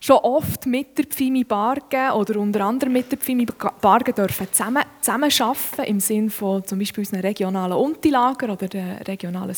schon oft mit der Pfimi Bargen oder unter anderem mit der Pfimi Bargen dürfen zusammenarbeiten, im Sinne von zum Beispiel unseren regionalen Untilager oder den regionalen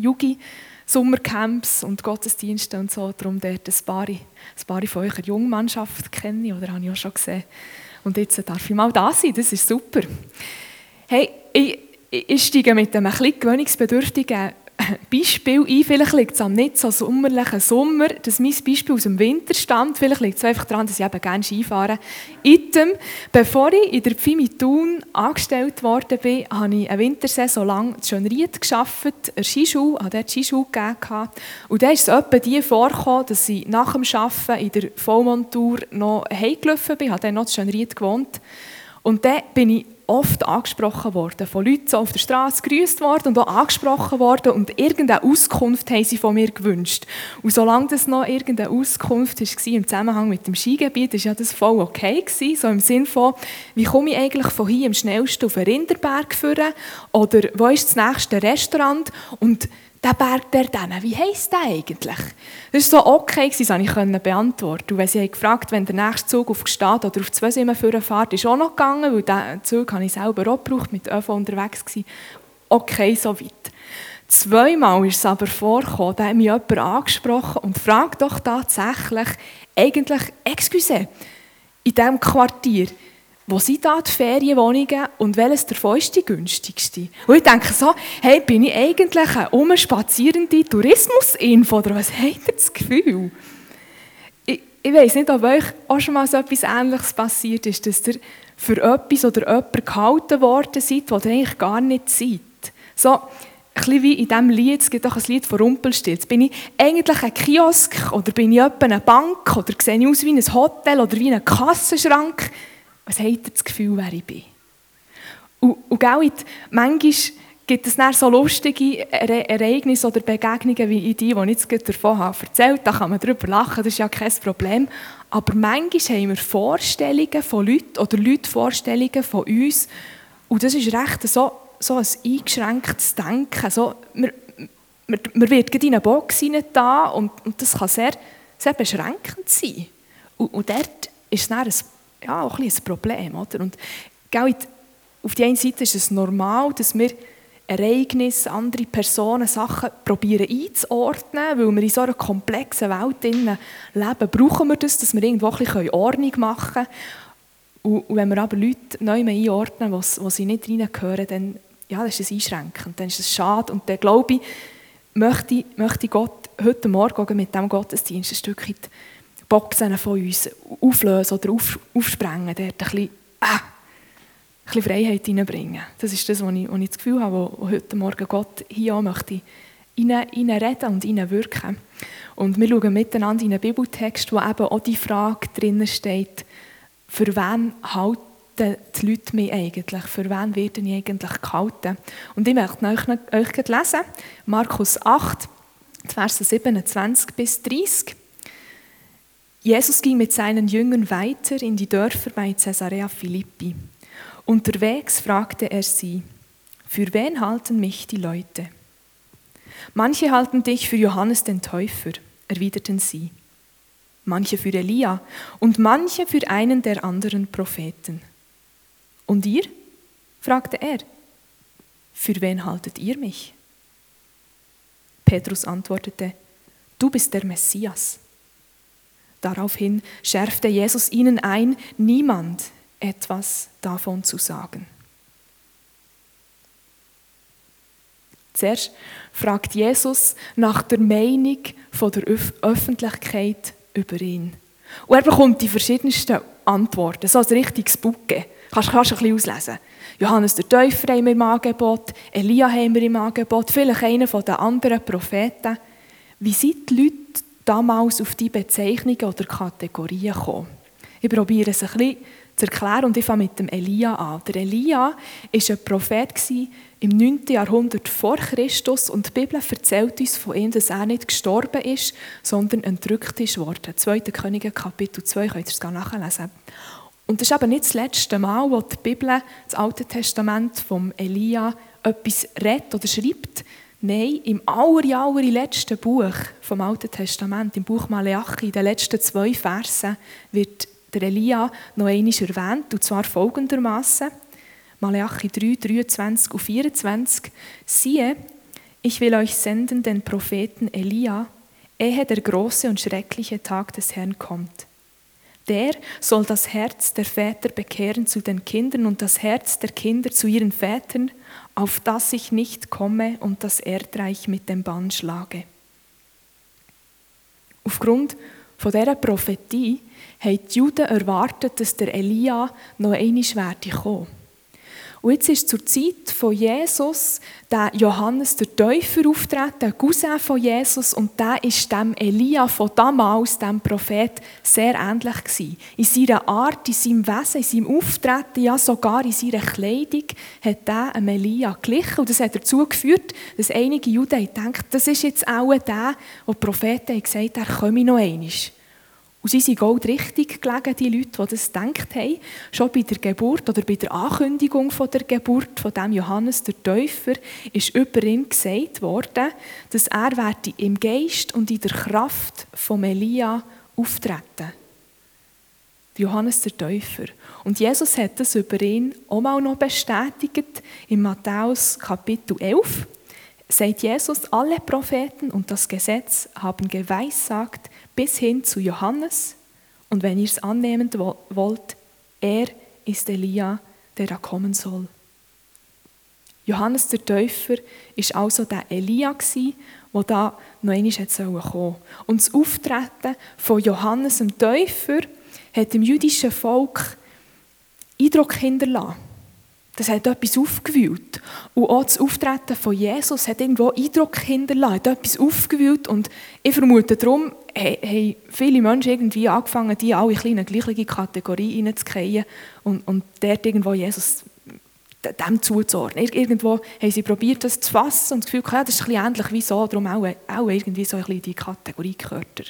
Sommercamps und Gottesdiensten und so. Darum dort ein paar von eurer Jungmannschaft kenne ich, oder habe ich auch schon gesehen. Und jetzt darf ich mal da sein, das ist super. Hey, ich steige mit einem etwas gewöhnungsbedürftigen Beispiel ein. Vielleicht liegt es am nicht so sommerlichen Sommer, dass mein Beispiel aus dem Winter stammt. Vielleicht liegt es einfach daran, dass ich eben gerne Ski fahre. Item, bevor ich in der Pfimi Thun angestellt worden bin, habe ich eine Wintersaison lang in Schönried gearbeitet, eine Skischule, habe dort Skischule gegeben. Und dann ist es etwa die vorgekommen, dass ich nach dem Arbeiten in der Vollmontur noch heimgelaufen bin, habe dann noch in Schönried gewohnt. Und dann bin ich oft angesprochen worden, von Leuten so auf der Straße gegrüßt worden und auch angesprochen worden und irgendeine Auskunft haben sie von mir gewünscht. Und solange das noch irgendeine Auskunft war im Zusammenhang mit dem Skigebiet, war ja das voll okay gewesen, so im Sinne von, wie komme ich eigentlich von hier am schnellsten auf den Rinderberg führen oder wo ist das nächste Restaurant und der Berg der dann, wie heisst der eigentlich? Das war so okay, das konnte ich beantworten. Und wenn sie gefragt, wenn der nächste Zug auf Gstaad oder auf Zweisimmen fährt, ist auch noch gegangen, weil diesen Zug habe ich selber auch gebraucht, mit ÖV unterwegs gewesen. Okay, so weit. Zweimal ist es aber vorgekommen, da hat mich jemand angesprochen und fragt doch tatsächlich, eigentlich, excuse, in diesem Quartier, wo sind da die Ferienwohnungen und welches davon ist die günstigste? Und ich denke so, hey, bin ich eigentlich eine umspazierende Tourismusinfo oder was habt ihr das Gefühl? Ich weiss nicht, ob euch auch schon mal so etwas Ähnliches passiert ist, dass ihr für etwas oder jemanden gehalten worden seid, was ihr eigentlich gar nicht seid. So, ein bisschen wie in diesem Lied, es gibt auch ein Lied von Rumpelstilz. Bin ich eigentlich ein Kiosk oder bin ich etwa eine Bank oder sehe ich aus wie ein Hotel oder wie ein Kassenschrank? Was habt ihr das Gefühl, wer ich bin? Und manchmal gibt es dann so lustige Ereignisse oder Begegnungen wie die ich jetzt davon habe erzählt. Da kann man darüber lachen, das ist ja kein Problem. Aber manchmal haben wir Vorstellungen von Leuten oder Leute Vorstellungen von uns. Und das ist recht so ein eingeschränktes Denken. So, man wird in eine Box hinein und das kann sehr, sehr beschränkend sein. Und dort ist es dann auch ein Problem. Oder? Und auf der einen Seite ist es normal, dass wir Ereignisse, andere Personen, Sachen probieren einzuordnen, weil wir in so einer komplexen Welt leben, brauchen wir das, dass wir irgendwo ein bisschen Ordnung machen können. Und wenn wir aber Leute neu einordnen, wo sie nicht reingehören, dann ist es einschränkend, dann ist es schade. Und dann glaube ich, möchte Gott heute Morgen mit diesem Gottesdienst ein Stückchen Boxen von uns auflösen oder aufsprengen, dort ein bisschen Freiheit hineinbringen. Das ist das, was ich das Gefühl habe, wo heute Morgen Gott hier auch möchte reinreden und hineinwirken. Und wir schauen miteinander in einen Bibeltext, wo eben auch die Frage drin steht, für wen halten die Leute mich eigentlich? Für wen werde ich eigentlich gehalten? Und ich möchte euch lesen, Markus 8, Verse 27 bis 30. Jesus ging mit seinen Jüngern weiter in die Dörfer bei Caesarea Philippi. Unterwegs fragte er sie, für wen halten mich die Leute? Manche halten dich für Johannes den Täufer, erwiderten sie. Manche für Elia und manche für einen der anderen Propheten. Und ihr? Fragte er. Für wen haltet ihr mich? Petrus antwortete, du bist der Messias. Daraufhin schärfte Jesus ihnen ein, niemand etwas davon zu sagen. Zuerst fragt Jesus nach der Meinung von der Öffentlichkeit über ihn. Und er bekommt die verschiedensten Antworten, so ein richtiges Bucke. Kannst du ein bisschen auslesen. Johannes der Täufer haben wir im Angebot, Elia haben wir im Angebot, vielleicht einer von den anderen Propheten. Wie sind die Leute damals auf diese Bezeichnungen oder Kategorien gekommen? Ich probiere es ein bisschen zu erklären und ich fange mit dem Elia an. Der Elia war ein Prophet im 9. Jahrhundert vor Christus und die Bibel erzählt uns von ihm, dass er nicht gestorben ist, sondern entrückt ist worden. 2. Könige, Kapitel 2, könnt ihr es nachlesen. Und das ist aber nicht das letzte Mal, wo die Bibel, das Alte Testament vom Elia, etwas redet oder schreibt. Nein, im allerletzten Buch vom Alten Testament, im Buch Maleachi, in den letzten 2 Versen, wird der Elia noch einmal erwähnt, und zwar folgendermaßen: Maleachi 3, 23 und 24. Siehe, ich will euch senden den Propheten Elia, ehe der große und schreckliche Tag des Herrn kommt. Der soll das Herz der Väter bekehren zu den Kindern und das Herz der Kinder zu ihren Vätern, auf dass ich nicht komme und das Erdreich mit dem Bann schlage. Aufgrund von dieser Prophetie haben die Juden erwartet, dass der Elia noch einmal kommen werde. Und jetzt ist zur Zeit von Jesus der Johannes der Täufer auftreten, der Cousin von Jesus, und der ist dem Elia von damals, dem Prophet, sehr ähnlich gewesen. In seiner Art, in seinem Wesen, in seinem Auftreten, ja sogar in seiner Kleidung hat er dem Elia geglichen. Und das hat dazu geführt, dass einige Juden gedacht, das ist jetzt auch der, wo die Propheten gesagt haben, er komme noch einmal. Und sie sind auch richtig gelegen, die Leute, die das gedacht haben. Schon bei der Geburt oder bei der Ankündigung von der Geburt von dem Johannes der Täufer ist über ihn gesagt worden, dass er werde im Geist und in der Kraft von Elia auftreten. Johannes der Täufer. Und Jesus hat das über ihn auch mal noch bestätigt. In Matthäus Kapitel 11 sagt Jesus, alle Propheten und das Gesetz haben geweissagt bis hin zu Johannes. Und wenn ihr es annehmen wollt, er ist Elia, der da kommen soll. Johannes der Täufer war also der Elia, der da noch einmal kommen sollte. Und das Auftreten von Johannes dem Täufer hat dem jüdischen Volk Eindruck hinterlassen. Das hat etwas aufgewühlt. Und auch das Auftreten von Jesus hat irgendwo Eindruck hinterlassen, hat etwas aufgewühlt. Und ich vermute, darum haben viele Menschen irgendwie angefangen, die alle in eine gleiche Kategorie hineinzugehen und dort irgendwo Jesus dem zuzuordnen. Irgendwo haben sie probiert, das zu fassen und das Gefühl, ja, das ist ein bisschen ähnlich wie so, darum auch irgendwie so ein bisschen in die Kategorie gehört er.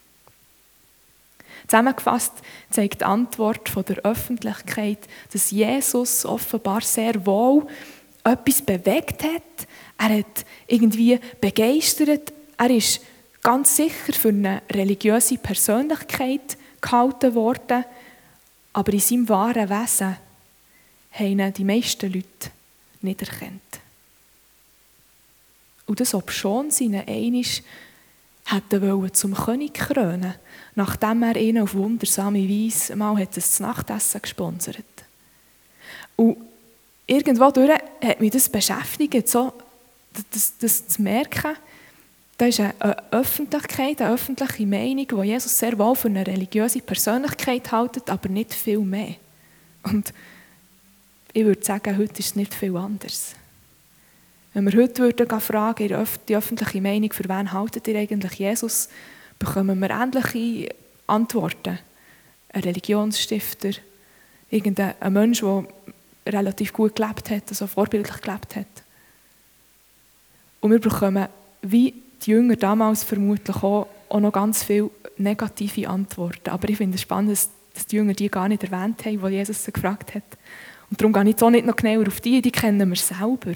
Zusammengefasst zeigt die Antwort von der Öffentlichkeit, dass Jesus offenbar sehr wohl etwas bewegt hat. Er hat irgendwie begeistert. Er ist ganz sicher für eine religiöse Persönlichkeit gehalten worden. Aber in seinem wahren Wesen haben ihn die meisten Leute nicht erkannt. Und das, obschon sie ihn einmal hätten zum König krönen, nachdem er ihnen auf wundersame Weise mal das Nachtessen gesponsert. Und irgendwo durch hat mich das beschäftigt, so, das zu merken, da ist eine Öffentlichkeit, eine öffentliche Meinung, die Jesus sehr wohl für eine religiöse Persönlichkeit hält, aber nicht viel mehr. Und ich würde sagen, heute ist es nicht viel anders. Wenn wir heute fragen, die öffentliche Meinung, für wen haltet ihr eigentlich Jesus, bekommen wir ähnliche Antworten. Ein Religionsstifter, irgendein Mensch, der relativ gut gelebt hat, also vorbildlich gelebt hat. Und wir bekommen, wie die Jünger damals vermutlich auch noch ganz viele negative Antworten. Aber ich finde es spannend, dass die Jünger die gar nicht erwähnt haben, als Jesus sie gefragt hat. Und darum gehe ich jetzt auch nicht noch genauer auf die kennen wir selber.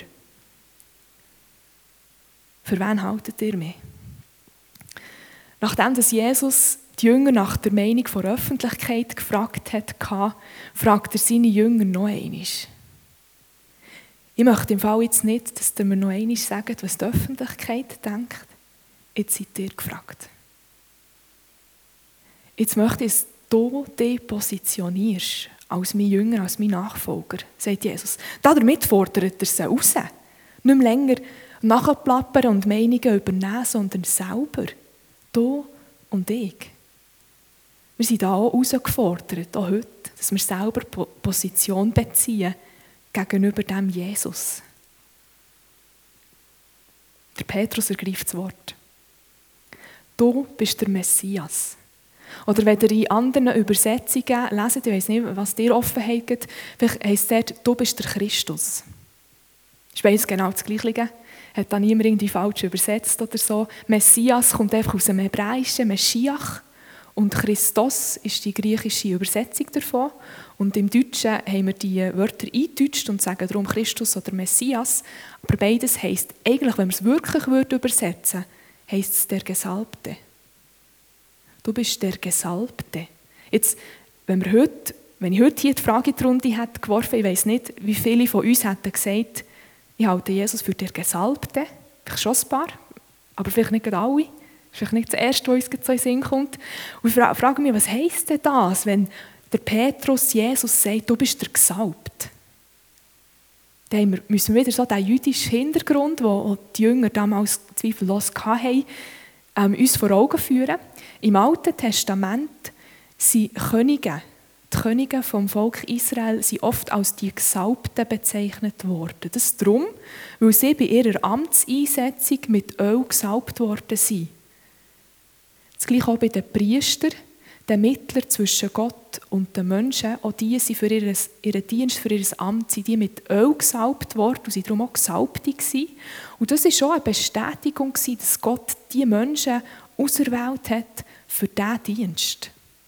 Für wen haltet ihr mich? Nachdem dass Jesus die Jünger nach der Meinung der Öffentlichkeit gefragt hat, fragt er seine Jünger noch einmal. Ich möchte im Fall jetzt nicht, dass ihr mir noch einmal sagt, was die Öffentlichkeit denkt. Jetzt seid ihr gefragt. Jetzt möchte ich, dass du dich positionierst als mein Jünger, als mein Nachfolger, sagt Jesus. Damit fordert er sie raus. Nicht mehr länger nachplappern und Meinungen übernehmen, sondern selber. Du und ich. Wir sind da auch herausgefordert, auch heute, dass wir selber Position beziehen gegenüber dem Jesus. Der Petrus ergreift das Wort. Du bist der Messias. Oder wenn ihr in anderen Übersetzungen leset, ich weiss nicht, was dir offen habt, vielleicht heisst es dort, du bist der Christus. Das ist beides genau das Gleiche. Hat da niemand irgendwie falsch übersetzt oder so. Messias kommt einfach aus dem Hebräischen, Meschiach. Und Christos ist die griechische Übersetzung davon. Und im Deutschen haben wir die Wörter eingedeutscht und sagen darum Christus oder Messias. Aber beides heisst, eigentlich, wenn wir es wirklich übersetzen würden, heisst es der Gesalbte. Du bist der Gesalbte. Jetzt, wenn ich heute hier die Frage in die Runde hätte geworfen, ich weiss nicht, wie viele von uns hätten gesagt, ich halte Jesus für den Gesalbte. Vielleicht schon ein paar, aber vielleicht nicht alle. Das ist vielleicht nicht das Erste, was uns so in den Sinn kommt. Und ich frage mich, was heisst denn das, wenn der Petrus Jesus sagt, du bist der Gesalbte? Dann müssen wir wieder so den jüdischen Hintergrund, den die Jünger damals zweifellos hatten, uns vor Augen führen. Im Alten Testament sind Könige, die Könige vom Volk Israel, sind oft als die Gesalbten bezeichnet worden. Das darum, weil sie bei ihrer Amtseinsetzung mit Öl gesalbt worden sind. Das gleiche auch bei den Priestern, den Mittler zwischen Gott und den Menschen. Auch die sind für ihren Dienst, für ihr Amt, sind die mit Öl gesalbt worden und sind darum auch Gesalbte gewesen. Und das war schon eine Bestätigung, dass Gott die Menschen auserwählt hat für diesen Dienst.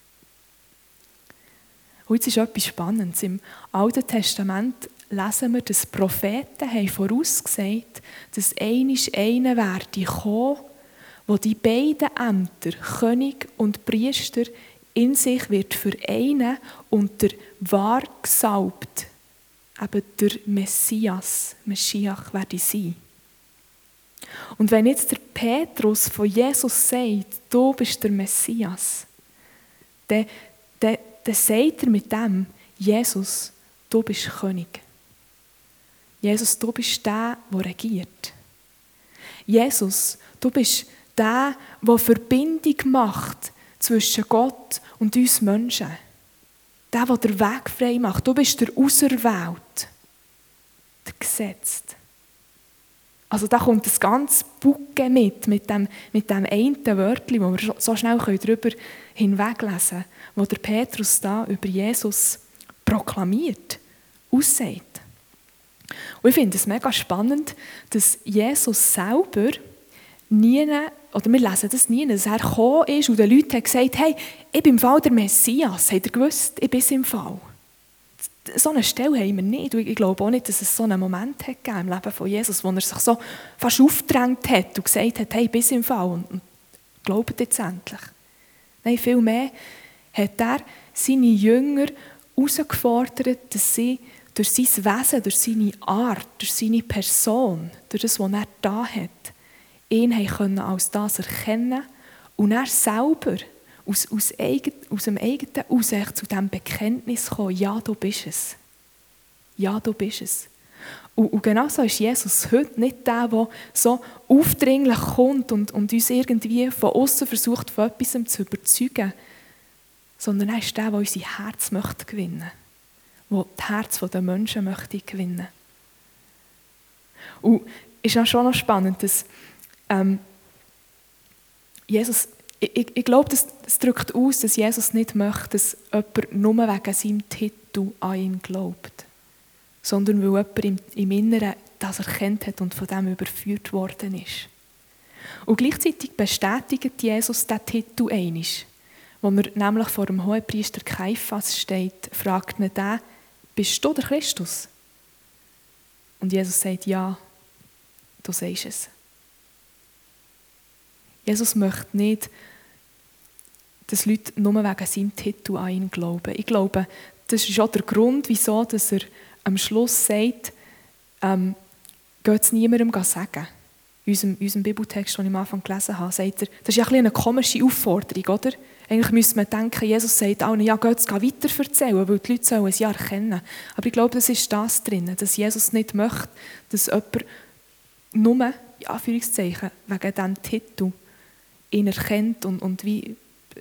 Und jetzt ist etwas Spannendes. Im Alten Testament lesen wir, dass Propheten haben vorausgesagt, dass einer werde kommen, wo die beiden Ämter, König und Priester, in sich wird vereinen und der wahr gesalbt, eben der Messiach werde sein. Und wenn jetzt der Petrus von Jesus sagt, du bist der Messias, dann sagt er mit dem, Jesus, du bist König. Jesus, du bist der regiert. Jesus, du bist der Verbindung macht zwischen Gott und uns Menschen. Der den Weg frei macht. Du bist der Auserwählte, der Gesetzte. Also da kommt das ganze Bucke mit dem einen Wörtchen, wo wir so schnell darüber hinweglesen können, wo der Petrus da über Jesus proklamiert, aussagt. Und ich finde es mega spannend, dass Jesus selber oder wir lesen das nie, dass er gekommen ist und den Leuten hat gesagt, hey, ich bin im Fall der Messias, habt ihr gewusst, ich bin im Fall. So eine Stelle haben wir nicht. Und ich glaube auch nicht, dass es so einen Moment hat gegeben im Leben von Jesus, wo er sich so fast aufgedrängt hat und gesagt hat, hey, ich bin im Fall und glaubt jetzt endlich. Nein, vielmehr hat er seine Jünger herausgefordert, dass sie durch sein Wesen, durch seine Art, durch seine Person, durch das, was er da hat, ihn können als das erkennen und er selber aus dem eigenen Aussicht zu diesem Bekenntnis kommen, ja, du bist es. Ja, du bist es. Und genau so ist Jesus heute nicht der so aufdringlich kommt und uns irgendwie von außen versucht, von etwas zu überzeugen, sondern er ist der unser Herz möchte gewinnen, der das Herz der Menschen möchte gewinnen. Und es ist auch schon noch spannend, dass Jesus, ich glaube, das drückt aus, dass Jesus nicht möchte, dass jemand nur wegen seinem Titel an ihn glaubt, sondern weil jemand im Inneren das erkannt hat und von dem überführt worden ist. Und gleichzeitig bestätigt Jesus diesen Titel einmal. Wo er nämlich vor dem Hohepriester Kaiphas steht, fragt ihn der, bist du der Christus? Und Jesus sagt, ja, du sagst es. Jesus möchte nicht, dass Leute nur wegen seinem Titel an ihn glauben. Ich glaube, das ist auch der Grund, wieso dass er am Schluss sagt, geht es niemandem sagen. In unserem Bibeltext, den ich am Anfang gelesen habe, sagt er, das ist ja eine komische Aufforderung, oder? Eigentlich müsste man denken, Jesus sagt allen, ja, geht es weiter erzählen, weil die Leute sollen es ja erkennen. Aber ich glaube, das ist das drin, dass Jesus nicht möchte, dass jemand nur, in Anführungszeichen, wegen diesem Titel ihn erkennt und wie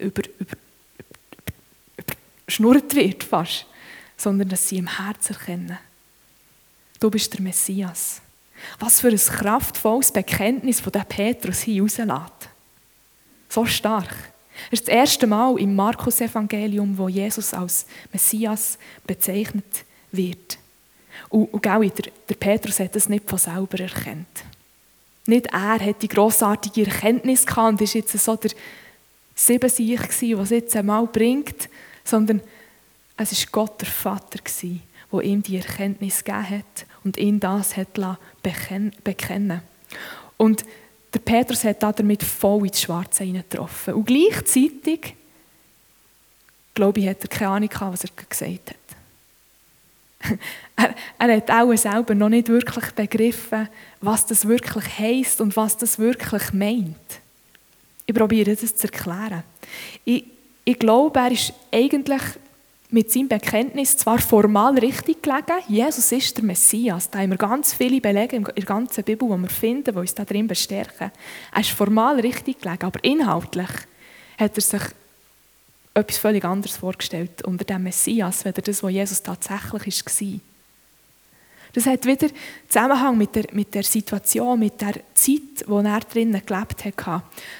überschnurrt wird fast, sondern dass sie im Herzen erkennen. Du bist der Messias. Was für ein kraftvolles Bekenntnis von dem Petrus hier rauslässt. So stark. Es ist das erste Mal im Markus-Evangelium, wo Jesus als Messias bezeichnet wird. Und der Petrus hat das nicht von selber erkannt. Nicht er hat die grossartige Erkenntnis gehabt und ist jetzt so 7 Siege, die es jetzt einmal bringt, sondern es war Gott, der Vater, der ihm die Erkenntnis gegeben hat und ihn das hat bekennen. Und der Petrus hat damit voll ins Schwarze hineingetroffen. Und gleichzeitig, glaube ich, hat er keine Ahnung gehabt, was er gesagt hat. Er hat auch selber noch nicht wirklich begriffen, was das wirklich heisst und was das wirklich meint. Ich probiere das zu erklären. Ich glaube, er ist eigentlich mit seinem Bekenntnis zwar formal richtig gelegen, Jesus ist der Messias, da haben wir ganz viele Belege in der ganzen Bibel, die wir finden, die uns darin bestärken. Er ist formal richtig gelegen, aber inhaltlich hat er sich etwas völlig anderes vorgestellt unter dem Messias, als das, was Jesus tatsächlich war. Das hat wieder Zusammenhang mit der Situation, mit der Zeit, in der er drinnen gelebt hat.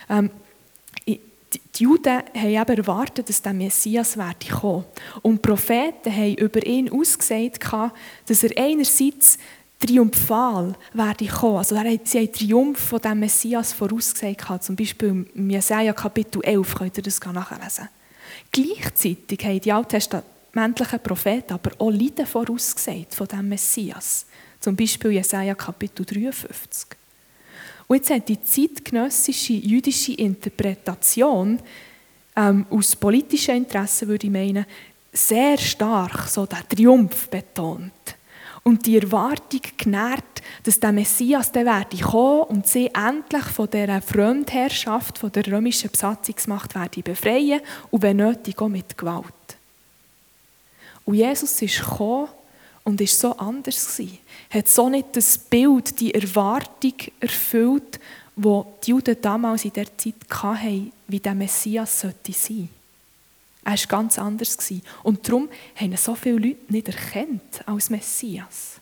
Die Juden haben eben erwartet, dass der Messias werde kommen. Und die Propheten haben über ihn ausgesagt, dass er einerseits triumphal werde kommen. Also sie haben den Triumph von dem Messias vorausgesagt. Zum Beispiel im Jesaja Kapitel 11 könnt ihr das nachlesen. Gleichzeitig haben die alttestamentlichen Propheten aber auch Leiden vorausgesagt von dem Messias. Zum Beispiel Jesaja Kapitel 53. Und jetzt hat die zeitgenössische jüdische Interpretation aus politischen Interessen, würde ich meinen, sehr stark so den Triumph betont. Und die Erwartung genährt, dass der Messias dann werde kommen und sie endlich von dieser Fremdherrschaft, von der römischen Besatzungsmacht werde befreien und wenn nötig auch mit Gewalt. Und Jesus ist gekommen und war so anders gewesen. Hat so nicht das Bild, die Erwartung erfüllt, die die Juden damals in der Zeit hatten, wie der Messias sollte sein. Er war ganz anders gewesen. Und darum haben ihn so viele Leute nicht erkannt als Messias.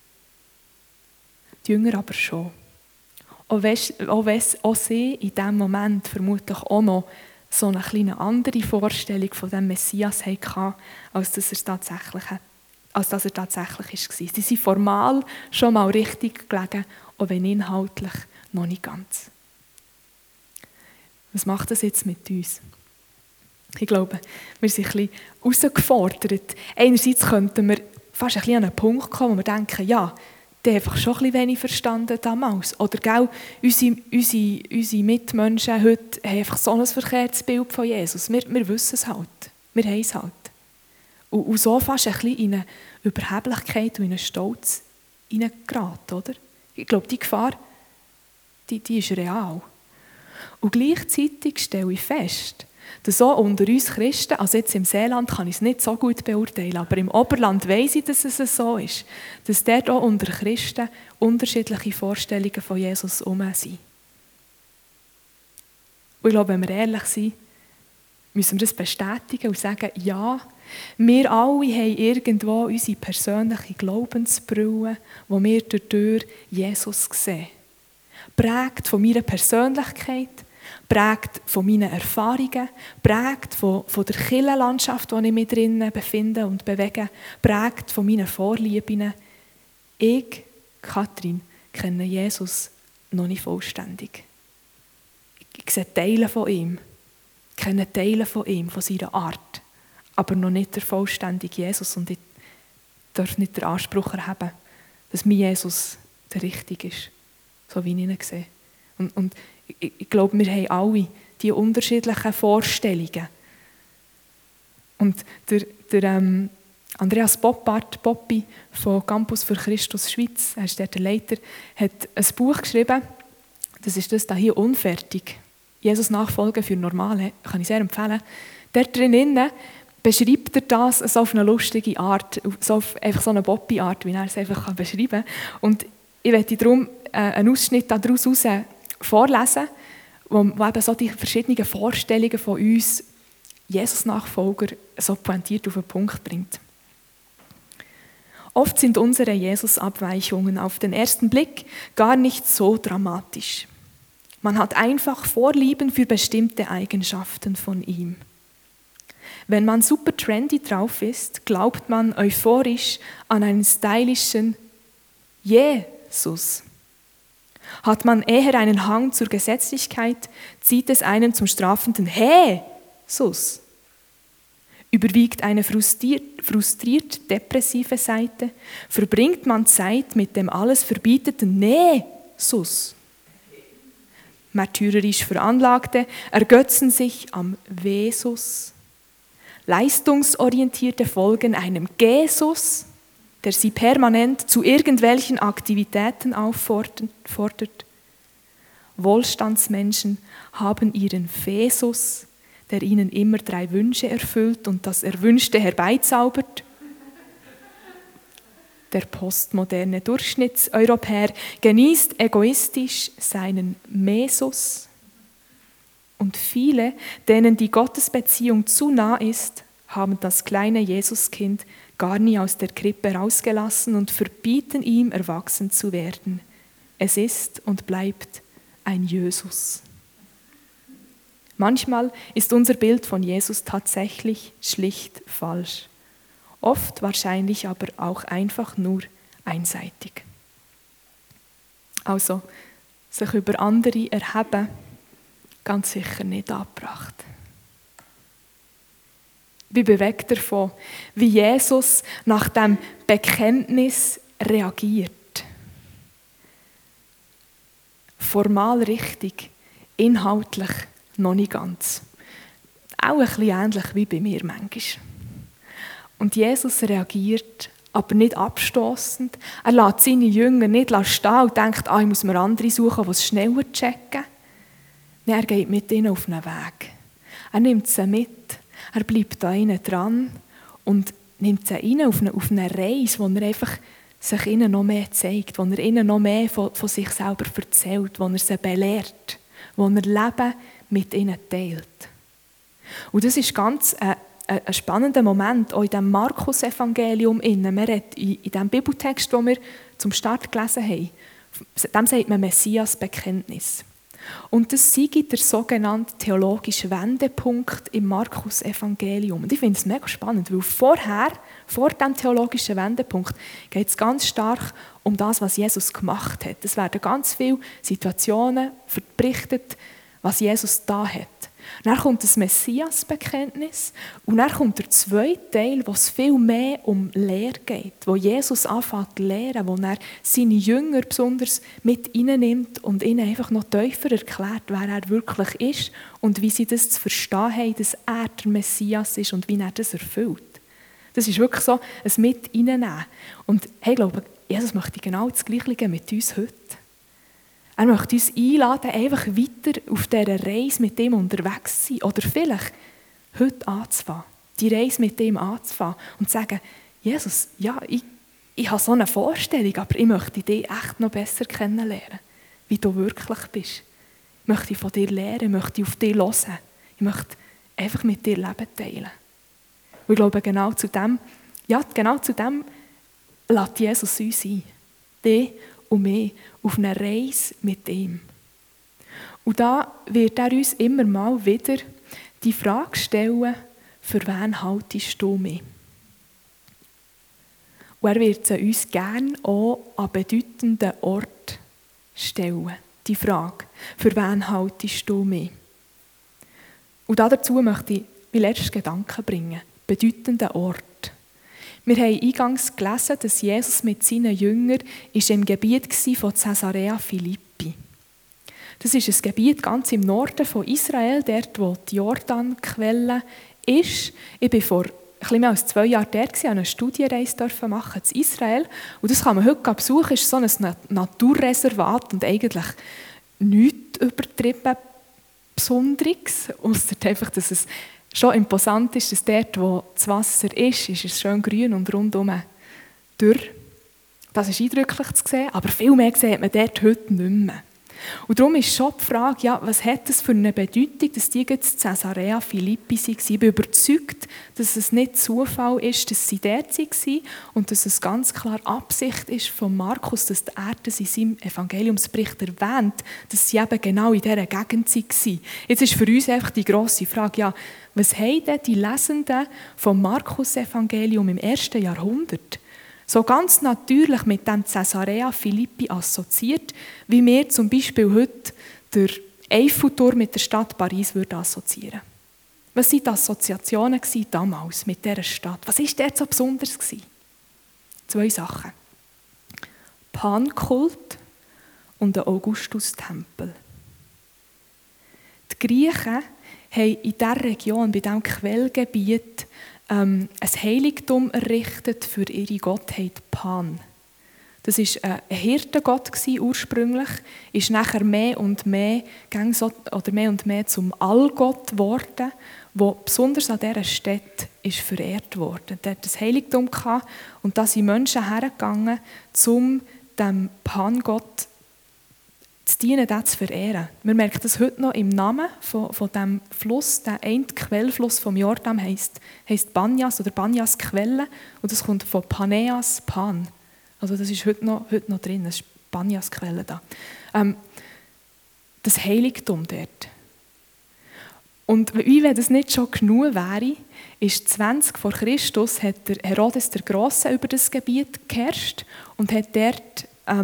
Die Jünger aber schon. Auch wenn sie in diesem Moment vermutlich auch noch so eine kleine andere Vorstellung von dem Messias hatten, als dass er tatsächlich war. Sie sind formal schon mal richtig gelegen, auch wenn inhaltlich noch nicht ganz. Was macht das jetzt mit uns? Ich glaube, wir sind ein bisschen herausgefordert. Einerseits könnten wir fast ein bisschen an einen Punkt kommen, wo wir denken, ja, die haben einfach schon ein bisschen wenig verstanden damals. Oder gell, unsere Mitmenschen heute haben einfach so ein verkehrtes Bild von Jesus. Wir wissen es halt. Wir haben es halt. Und so fast ein bisschen in eine Überheblichkeit und in einen Stolz hineingeraten, oder? Ich glaube, die Gefahr, die ist real. Und gleichzeitig stelle ich fest, dass auch unter uns Christen, also jetzt im Seeland kann ich es nicht so gut beurteilen, aber im Oberland weiss ich, dass es so ist, dass dort auch unter Christen unterschiedliche Vorstellungen von Jesus herum sind. Und ich glaube, wenn wir ehrlich sind, müssen wir das bestätigen und sagen, ja, wir alle haben irgendwo unsere persönliche Glaubensbrille, wo wir durch Jesus sehen. Prägt von meiner Persönlichkeit, prägt von meinen Erfahrungen, prägt von der Kirchenlandschaft, in der ich mich drinnen befinde und bewege, prägt von meinen Vorlieben. Ich, Kathrin, kenne Jesus noch nicht vollständig. Ich sehe Teile von ihm, kenne Teile von ihm, von seiner Art, aber noch nicht der vollständige Jesus. Und ich darf nicht den Anspruch erheben, dass mein Jesus der Richtige ist, so wie ich ihn sehe. Und ich glaube, wir haben alle diese unterschiedlichen Vorstellungen. Und der Andreas Poppi von Campus für Christus Schweiz, er ist der Leiter, hat ein Buch geschrieben, das ist das hier «Unfertig». Jesus Nachfolgen für Normale, kann ich sehr empfehlen. Dort drinnen beschreibt er das so auf eine lustige Art, einfach so eine Poppi-Art, wie er es einfach beschreiben kann. Und ich möchte darum einen Ausschnitt daraus vorlesen, wo eben so die verschiedenen Vorstellungen von uns Jesus-Nachfolger so pointiert auf den Punkt bringt. Oft sind unsere Jesus-Abweichungen auf den ersten Blick gar nicht so dramatisch. Man hat einfach Vorlieben für bestimmte Eigenschaften von ihm. Wenn man super trendy drauf ist, glaubt man euphorisch an einen stylischen Jesus. Hat man eher einen Hang zur Gesetzlichkeit, zieht es einen zum strafenden Jesus. Überwiegt eine frustriert depressive Seite, verbringt man Zeit mit dem alles verbieteten Jesus. Märtyrerisch Veranlagte ergötzen sich am Jesus. Leistungsorientierte folgen einem Jesus, der sie permanent zu irgendwelchen Aktivitäten auffordert. Wohlstandsmenschen haben ihren Jesus, der ihnen immer 3 Wünsche erfüllt und das Erwünschte herbeizaubert. Der postmoderne Durchschnittseuropäer genießt egoistisch seinen Mesus. Und viele, denen die Gottesbeziehung zu nah ist, haben das kleine Jesuskind gar nie aus der Krippe rausgelassen und verbieten ihm, erwachsen zu werden. Es ist und bleibt ein Jesus. Manchmal ist unser Bild von Jesus tatsächlich schlicht falsch. Oft wahrscheinlich aber auch einfach nur einseitig. Also, sich über andere erheben, ganz sicher nicht angebracht. Ich bin bewegt davon, wie Jesus nach dem Bekenntnis reagiert. Formal richtig, inhaltlich noch nicht ganz. Auch ein bisschen ähnlich wie bei mir manchmal. Und Jesus reagiert, aber nicht abstossend. Er lässt seine Jünger nicht stehen und denkt, ich muss mir andere suchen, die es schneller checken. Nein, er geht mit ihnen auf einen Weg. Er nimmt sie mit, er bleibt da ihnen dran und nimmt sie rein auf eine Reise, wo er einfach sich ihnen noch mehr zeigt, wo er ihnen noch mehr von sich selber erzählt, wo er sie belehrt, wo er Leben mit ihnen teilt. Und das ist ganz ein spannender Moment, auch in dem Markus-Evangelium. Man redet in dem Bibeltext, den wir zum Start gelesen haben, dem sagt man Messias-Bekenntnis. Und das sei der sogenannte theologische Wendepunkt im Markus-Evangelium. Und ich finde es mega spannend, weil vor dem theologischen Wendepunkt, geht es ganz stark um das, was Jesus gemacht hat. Es werden ganz viele Situationen berichtet, was Jesus da hat. Dann kommt das Messias-Bekenntnis und dann kommt der zweite Teil, wo es viel mehr um Lehre geht, wo Jesus anfängt zu lehren, wo er seine Jünger besonders mit reinnimmt und ihnen einfach noch tiefer erklärt, wer er wirklich ist und wie sie das zu verstehen haben, dass er der Messias ist und wie er das erfüllt. Das ist wirklich so ein Mit reinnehmen. Und ich glaube, Jesus möchte genau das Gleiche mit uns heute. Er möchte uns einladen, einfach weiter auf dieser Reise mit ihm unterwegs zu sein. Oder vielleicht heute anzufangen, die Reise mit ihm anzufangen und zu sagen, Jesus, ja, ich habe so eine Vorstellung, aber ich möchte dich echt noch besser kennenlernen, wie du wirklich bist. Ich möchte von dir lernen, ich möchte auf dich hören. Ich möchte einfach mit dir Leben teilen. Und ich glaube, genau zu dem lädt Jesus uns ein. Dich und mich auf eine Reise mit ihm. Und da wird er uns immer mal wieder die Frage stellen, für wen haltest du mich? Und er wird sie uns gerne auch an bedeutenden Orten stellen. Die Frage, für wen haltest du mich? Und dazu möchte ich meinen letzten Gedanken bringen. Bedeutender Ort. Wir haben eingangs gelesen, dass Jesus mit seinen Jüngern im Gebiet von Caesarea Philippi. Das ist ein Gebiet ganz im Norden von Israel, dort wo die Jordanquelle ist. Ich war vor etwas mehr als 2 Jahren dort, durfte eine Studienreise machen in Israel. Und das kann man heute besuchen. Es ist so ein Naturreservat und eigentlich nichts übertrieben Besonderes, ausser einfach, dass es schon imposant ist, dass dort, wo das Wasser ist es schön grün und rundum dürr. Das ist eindrücklich zu sehen, aber viel mehr sieht man dort heute nicht mehr. Und darum ist schon die Frage, ja, was hat das für eine Bedeutung, dass die jetzt in Caesarea Philippi waren. Ich bin überzeugt, dass es nicht Zufall ist, dass sie dort waren und dass es ganz klar Absicht ist von Markus, dass er das in seinem Evangeliumsbericht erwähnt, dass sie eben genau in dieser Gegend waren. Jetzt ist für uns einfach die grosse Frage, ja, was haben denn die Lesenden vom Markus-Evangelium im 1. Jahrhundert so ganz natürlich mit dem Caesarea Philippi assoziiert, wie wir zum Beispiel heute den Eiffelturm mit der Stadt Paris assoziieren würden. Was waren die Assoziationen damals mit dieser Stadt? Was war dort so besonders? 2 Sachen. Pankult und der Augustus-Tempel. Die Griechen haben in dieser Region, bei diesem Quellgebiet, ein Heiligtum errichtet für ihre Gottheit Pan. Das war ein Hirtengott ursprünglich, ist nachher mehr und mehr zum Allgott geworden, der besonders an dieser Stätte ist verehrt wurde. Der hat ein Heiligtum gehabt, und da sind Menschen hergegangen, um dem Pan-Gott zu dienen, den zu verehren. Wir merken das heute noch im Namen von diesem Fluss. Der eine Quellfluss vom Jordan heisst Banyas oder Banyas-Quelle, und das kommt von Paneas, Pan. Also das ist heute noch drin, das ist Banyas-Quelle da. Das Heiligtum dort. Und wie wenn das nicht schon genug wäre, ist 20 vor Christus hat der Herodes der Grosse über das Gebiet geherrscht und hat dort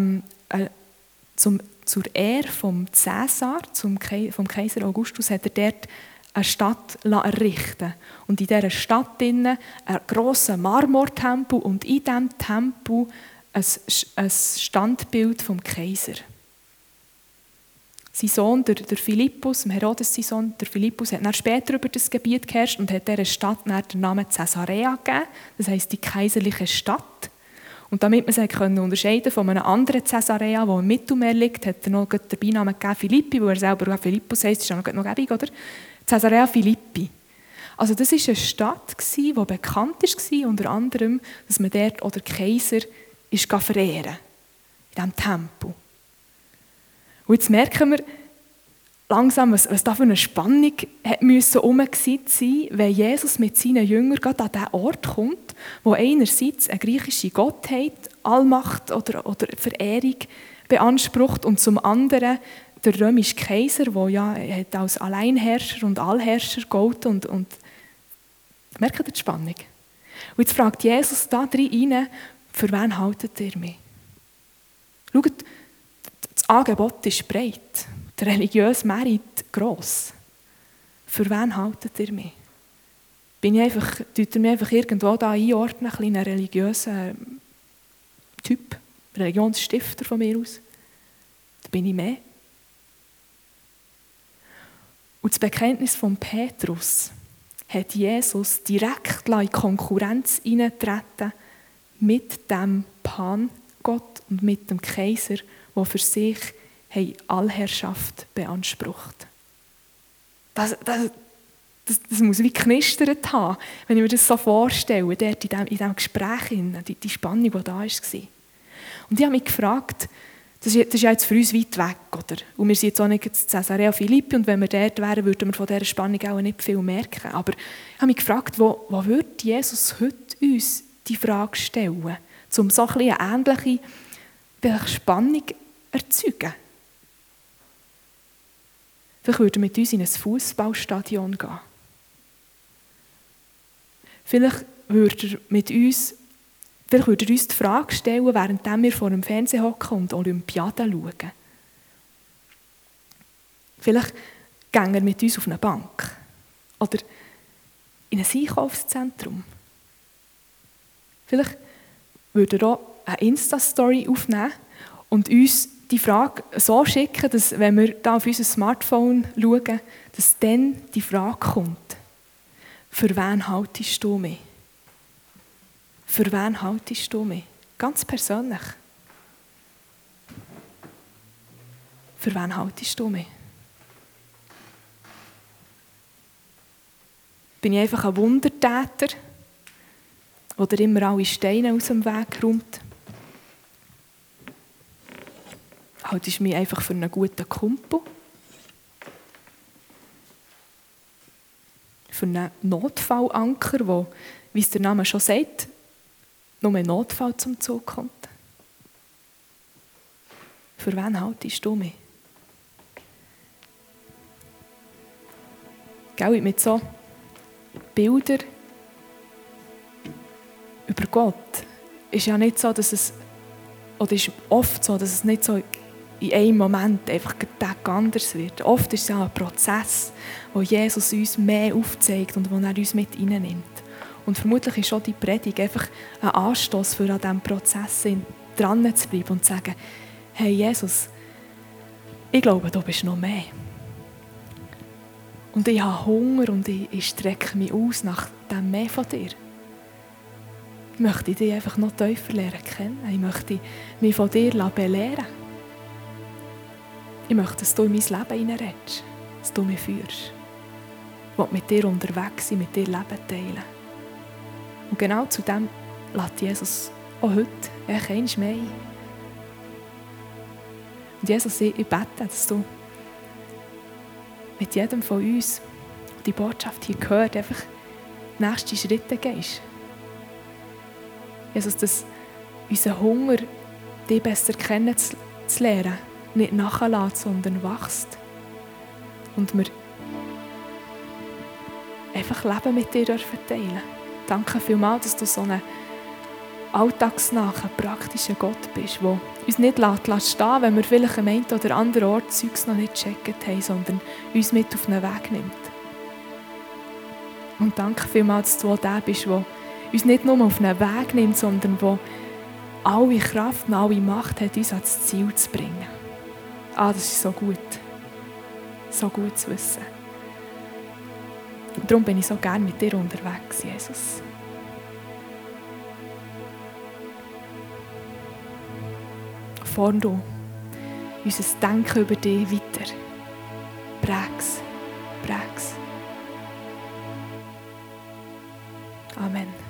zur Ehre vom Cäsar, vom Kaiser Augustus, hat er dort eine Stadt errichten. Und in dieser Stadt einen grossen Marmortempel und in diesem Tempel ein Standbild vom Kaiser. Sein Sohn, der Philippus, Herodes, sein Sohn, der Philippus, hat dann später über das Gebiet geherrscht und hat dieser Stadt dann den Namen Caesarea gegeben, das heisst die kaiserliche Stadt. Und damit man sie unterscheiden von einem anderen Caesarea, der im Mittelmeer liegt, hat er noch den Beinamen gegeben Philippi, weil er selber Philippus heisst, ist ja noch gäbig, oder? Caesarea Philippi. Also das war eine Stadt, die bekannt war, unter anderem, dass man dort auch den Kaiser verehren in diesem Tempel. Und jetzt merken wir langsam, was da für eine Spannung herum sein, wenn Jesus mit seinen Jüngern gerade an den Ort kommt, wo einerseits eine griechische Gottheit, Allmacht oder Verehrung beansprucht und zum anderen der römische Kaiser, der ja als Alleinherrscher und Allherrscher gilt. Und merkt ihr die Spannung? Und jetzt fragt Jesus da rein, für wen haltet ihr mich? Schaut, das Angebot ist breit, der religiöse Merit gross. Für wen haltet ihr mich? Tut ihr mich einfach irgendwo da einordnen, ein kleiner religiöser Typ, Religionsstifter von mir aus? Da bin ich mehr. Und das Bekenntnis von Petrus hat Jesus direkt in Konkurrenz hineintreten mit dem Pan-Gott und mit dem Kaiser, der für sich Allherrschaft beansprucht. Das muss wie knistert haben, wenn ich mir das so vorstelle, dort in diesem Gespräch, die Spannung, die da war. Und ich habe mich gefragt, das ist ja jetzt für uns weit weg, oder? Und wir sind jetzt auch nicht in Caesarea Philippi, und wenn wir dort wären, würden wir von dieser Spannung auch nicht viel merken. Aber ich habe mich gefragt, wo würde Jesus heute uns die Frage stellen, um so ein bisschen eine ähnliche Spannung erzeugen? Vielleicht würde er mit uns in ein Fußballstadion gehen. Vielleicht würde er uns die Frage stellen, während wir vor dem Fernseher hocken und Olympiade schauen. Vielleicht geht er mit uns auf eine Bank oder in ein Einkaufszentrum. Vielleicht würde er auch eine Insta-Story aufnehmen und uns die Frage so schicken, dass, wenn wir da auf unser Smartphone schauen, dass dann die Frage kommt: Für wen haltest du mich? Für wen haltest du mich? Ganz persönlich. Für wen haltest du mich? Bin ich einfach ein Wundertäter, der immer alle Steine aus dem Weg räumt? Haltest du mich einfach für einen guten Kumpel? Für einen Notfallanker, der, wie es der Name schon sagt, nur ein Notfall zum Zug kommt? Für wen haltest du mich? Gell, mit so Bildern über Gott ist ja nicht so, dass es, oder ist oft so, dass es nicht so in einem Moment einfach der Tag anders wird. Oft ist es ja ein Prozess, wo Jesus uns mehr aufzeigt und wo er uns mit reinnimmt. Und vermutlich ist schon die Predigt einfach ein Anstoß, für an diesem Prozess dran zu bleiben und zu sagen, hey Jesus, ich glaube, du bist noch mehr. Und ich habe Hunger und ich strecke mich aus nach dem mehr von dir. Ich möchte dich einfach noch tiefer lernen kennen. Ich möchte mich von dir belehren. Ich möchte, dass du in mein Leben hineinredest, dass du mich führst. Ich will mit dir unterwegs sein, mit dir Leben teilen. Und genau zu dem lässt Jesus auch heute einmal mehr ein. Und Jesus, ich bete, dass du mit jedem von uns, der die Botschaft hier gehört, einfach nächste Schritte gehst. Jesus, dass unser Hunger, dich besser kennenzulernen, nicht nachlässt, sondern wächst. Und wir einfach Leben mit dir teilen dürfen. Danke vielmals, dass du so ein alltagsnaher, praktischer Gott bist, der uns nicht stehen, wenn wir vielleicht am einen oder anderen Ort Zeugs noch nicht gecheckt haben, sondern uns mit auf den Weg nimmt. Und danke vielmals, dass du auch der bist, der uns nicht nur auf den Weg nimmt, sondern der alle Kraft und alle Macht hat, uns ans Ziel zu bringen. Das ist so gut. So gut zu wissen. Und darum bin ich so gerne mit dir unterwegs, Jesus. Form du unser Denken über dich weiter. Präg's. Amen.